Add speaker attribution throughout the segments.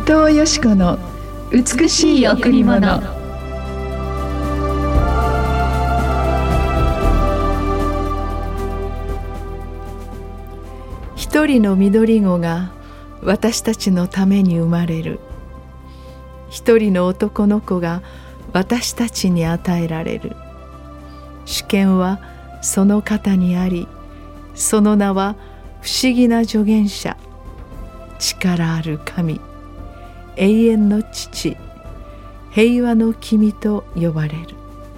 Speaker 1: 藤よし子の美しい贈り物。一人の緑子が私たちのために生まれる。一人の男の子が私たちに与えられる。主権はその方にあり、その名は不思議な助言者、力ある神、永遠の父、平和の君と呼ばれる。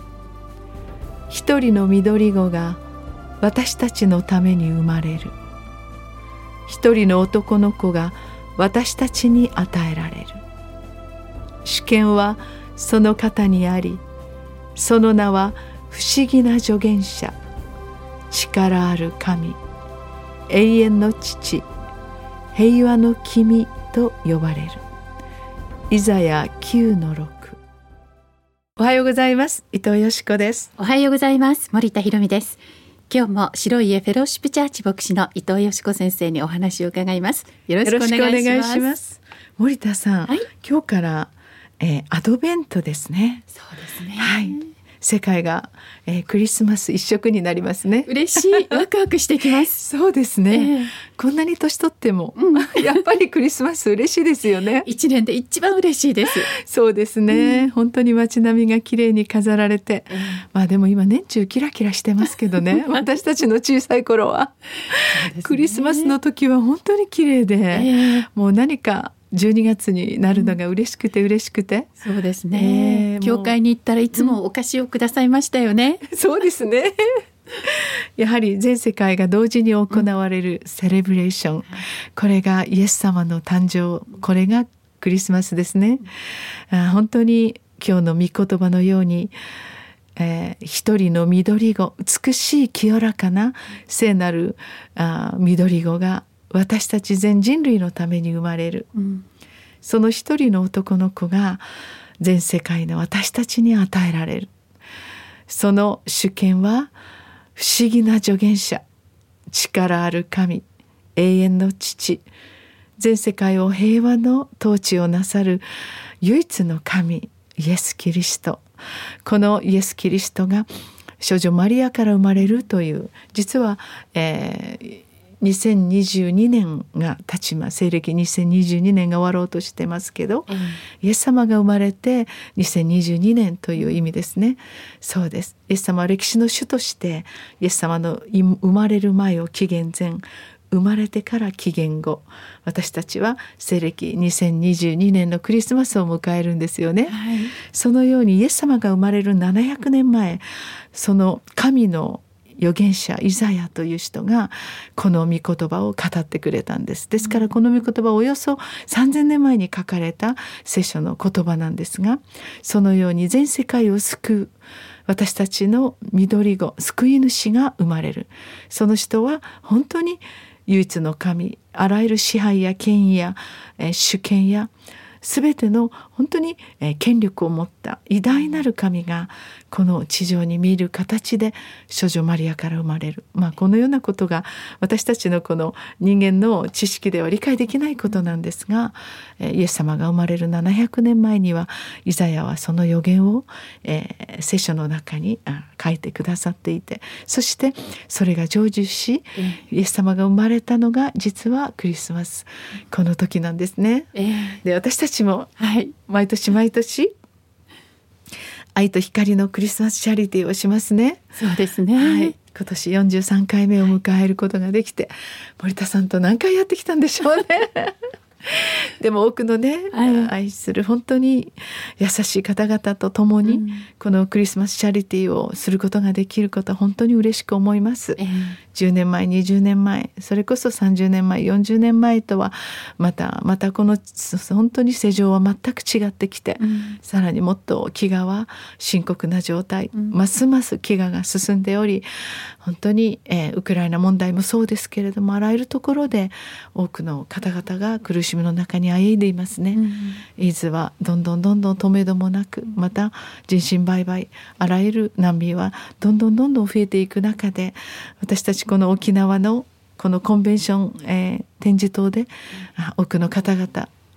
Speaker 1: 一人の緑子が私たちのために生まれる。一人の男の子が私たちに与えられる。主権はその方にあり、その名は不思議な助言者、力ある神、永遠の父、平和の君と呼ばれる。イザヤ 9-6。 おはようございます。伊藤よし子です。
Speaker 2: おはようございます。森田ひろみです。今日も白い家フェローシップチャーチ牧師の伊藤よし子先生にお話を伺います。よろしくお願いします。
Speaker 1: 森田さん、はい、今日から、アドベントですね。
Speaker 2: そうですね、
Speaker 1: はい、世界が、クリスマス一色になりますね。
Speaker 2: 嬉しい、ワクワクしてきます
Speaker 1: そうですね、こんなに年取っても、やっぱりクリスマス嬉しいですよね。
Speaker 2: 一年で一番嬉しいです。
Speaker 1: そうですね、本当に街並みが綺麗に飾られて、まあでも今年中キラキラしてますけどね私たちの小さい頃は、クリスマスの時は本当に綺麗で、もう何か12月になるのが嬉しくて嬉しくて、
Speaker 2: そうですね、教会に行ったらいつもお菓子をくださいましたよね、
Speaker 1: そうですねやはり全世界が同時に行われるセレブレーション、これがイエス様の誕生、これがクリスマスですね。本当に今日の御言葉のように、一人の緑子、美しい清らかな聖なる緑子が私たち全人類のために生まれる、その一人の男の子が全世界の私たちに与えられる。その主権は不思議な助言者、力ある神、永遠の父、全世界を平和の統治をなさる唯一の神、イエス・キリスト。このイエス・キリストが少女マリアから生まれるという、実は、2022年が経ちます。西暦2022年が終わろうとしてますけど、イエス様が生まれて2022年という意味ですね。そうです。イエス様は歴史の主として、イエス様の生まれる前を紀元前、生まれてから紀元後、私たちは西暦2022年のクリスマスを迎えるんですよね、そのようにイエス様が生まれる700年前、その神の預言者イザヤという人がこの御言葉を語ってくれたんです。ですからこの御言葉はおよそ3000年前に書かれた聖書の言葉なんですが、そのように全世界を救う私たちの緑子、救い主が生まれる。その人は本当に唯一の神、あらゆる支配や権威や主権やすべての本当に権力を持った偉大なる神がこの地上に見る形で少女マリアから生まれる。このようなことが私たちのこの人間の知識では理解できないことなんですが、イエス様が生まれる700年前にはイザヤはその予言を、聖書の中に書いてくださっていて、そしてそれが成就し、イエス様が生まれたのが実はクリスマス、この時なんですね。で、私たちも毎年毎年愛と光のクリスマスチャリティーをしますね。
Speaker 2: そうですね、
Speaker 1: 今年43回目を迎えることができて、森田さんと何回やってきたんでしょうねでも多くのね、愛する本当に優しい方々と共に、このクリスマスチャリティーをすることができることは本当に嬉しく思います、10年前20年前、それこそ30年前40年前とはまたこの本当に世情は全く違ってきて、さらにもっと飢餓は深刻な状態、ますます飢餓が進んでおり、本当に、ウクライナ問題もそうですけれども、あらゆるところで多くの方々が苦しみの中にあえいでいますね、エイズはどんどん止めどもなく、また人身売買、あらゆる難民はどんどん増えていく中で、私たちこの沖縄のこのコンベンション、展示棟で多くの方々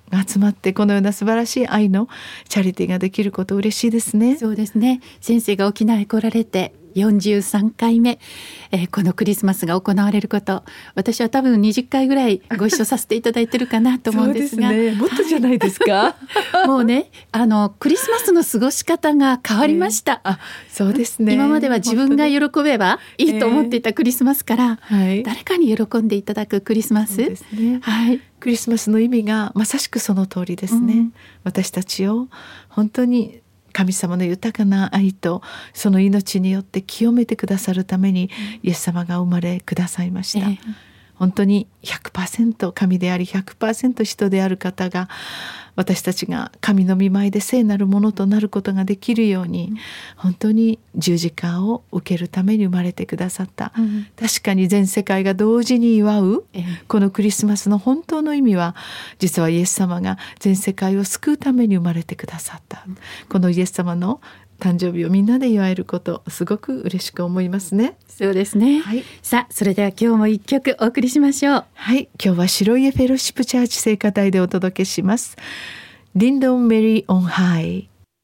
Speaker 1: が集まってこのような素晴らしい愛のチャリティーができること嬉しいですね。
Speaker 2: そうですね。先生が沖縄へ来られて43回目、このクリスマスが行われること、私は多分20回ぐらいご一緒させていただいてるかなと思うんですが
Speaker 1: そうですね、もっとじゃないですか、
Speaker 2: もうね、クリスマスの過ごし方が変わりました、
Speaker 1: そうですね。
Speaker 2: 今までは自分が喜べばいいと思っていたクリスマスから、誰かに喜んでいただくクリスマス、
Speaker 1: そうですね、はい、クリスマスの意味がまさしくその通りですね、私たちを本当に神様の豊かな愛とその命によって清めてくださるためにイエス様が生まれくださいました、本当に 100% 神であり 100% 人である方が私たちが神の御前で聖なるものとなることができるように、本当に十字架を受けるために生まれてくださった、確かに全世界が同時に祝うこのクリスマスの本当の意味は、実はイエス様が全世界を救うために生まれてくださった、このイエス様の誕生日をみんなで祝えること、すごく嬉しく思いますね。
Speaker 2: そうですね、はい、さあそれでは今日も一曲お送りしましょう。
Speaker 1: はい、今日は白家フェローシップチャーチ聖歌隊でお届けします。リンドンメリーオンハイ。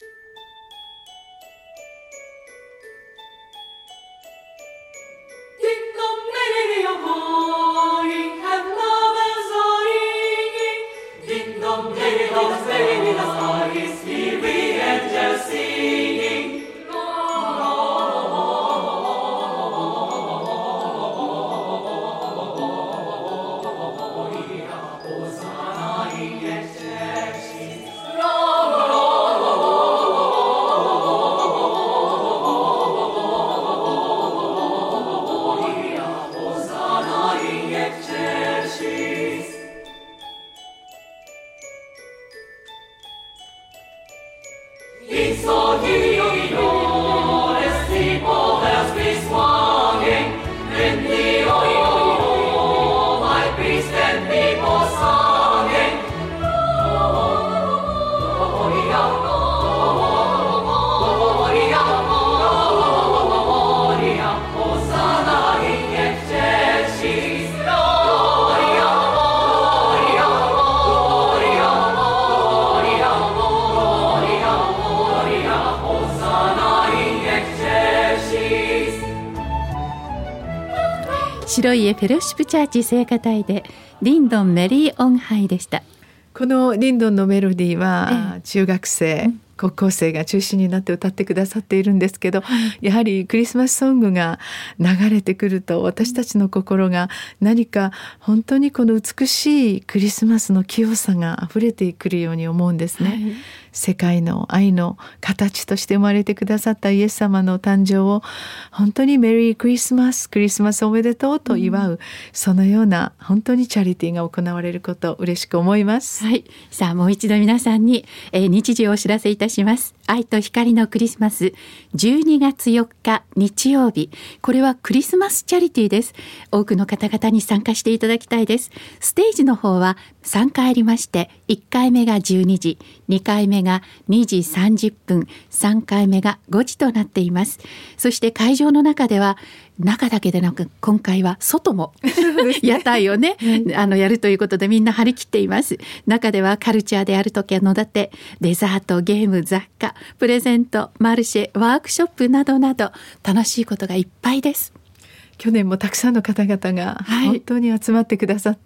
Speaker 2: 白家フェローシップチャーチ聖歌隊でリンドンメリーオンハイでした。
Speaker 1: このリンドンのメロディーは中学生、高校生が中心になって歌ってくださっているんですけど、やはりクリスマスソングが流れてくると私たちの心が何か本当にこの美しいクリスマスの清さがあふれてくるように思うんですね、世界の愛の形として生まれてくださったイエス様の誕生を本当にメリークリスマス、クリスマスおめでとうと祝う、そのような本当にチャリティーが行われることを嬉しく思います。
Speaker 2: はい、さあもう一度皆さんに、日時をお知らせいたします。愛と光のクリスマス12月4日日曜日、これはクリスマスチャリティーです。多くの方々に参加していただきたいです。ステージの方は3回ありまして、1回目が12時、2回目が2時30分、3回目が5時となっています。そして会場の中では中だけでなく今回は外も屋台をね、やるということでみんな張り切っています。中ではカルチャーであるときは野立て、デザート、ゲーム、雑貨、プレゼント、マルシェ、ワークショップなどなど楽しいことがいっぱいです。
Speaker 1: 去年もたくさんの方々が本当に集まってくださって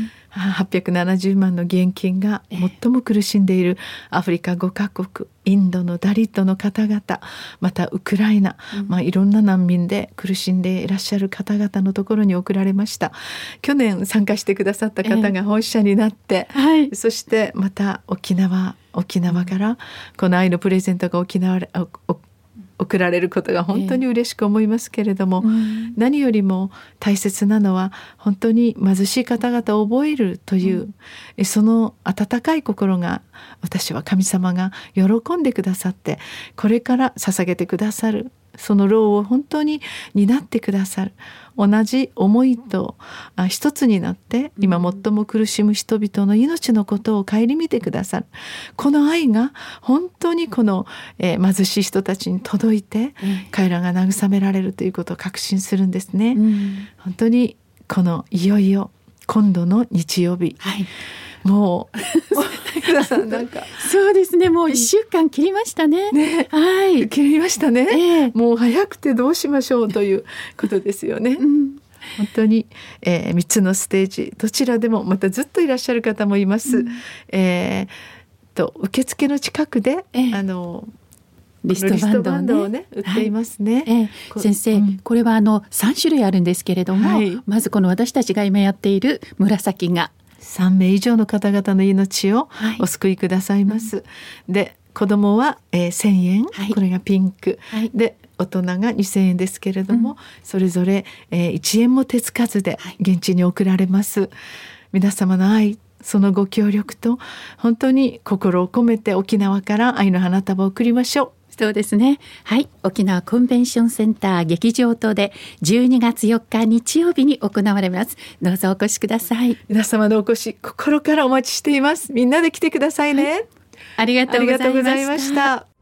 Speaker 1: 、870万の現金が最も苦しんでいるアフリカ5カ国、インドのダリットの方々、またウクライナ、いろんな難民で苦しんでいらっしゃる方々のところに送られました。去年参加してくださった方が本社になって、そしてまた沖縄からこの愛のプレゼントが送られることが本当に嬉しく思いますけれども、何よりも大切なのは本当に貧しい方々を覚えるという、その温かい心が私は神様が喜んでくださって、これから捧げてくださるその労を本当に担ってくださる、同じ思いと一つになって今最も苦しむ人々の命のことを顧みてくださる、この愛が本当にこの、貧しい人たちに届いて、彼らが慰められるということを確信するんですね、本当にこのいよいよ今度の日曜日、 もう福田さんなんか
Speaker 2: そうですね、もう1週間切りましたね。はい、
Speaker 1: 切りましたね、もう早くてどうしましょうということですよね。本当に、3つのステージどちらでもまたずっといらっしゃる方もいます。受付の近くで、リストバンドをね売っていますね。
Speaker 2: 先生、これは3種類あるんですけれども、まずこの私たちが今やっている紫が
Speaker 1: 3名以上の方々の命をお救いくださいます。で子供は、1000円、これがピンク、で大人が2000円ですけれども、それぞれ、1円も手つかずで現地に送られます。皆様の愛、そのご協力と本当に心を込めて沖縄から愛の花束を送りましょう。
Speaker 2: そうですね。はい、沖縄コンベンションセンター劇場棟で12月4日日曜日に行われます。どうぞお越しください。
Speaker 1: 皆様のお越し心からお待ちしています。みんなで来てくださいね。
Speaker 2: ありがとうございました。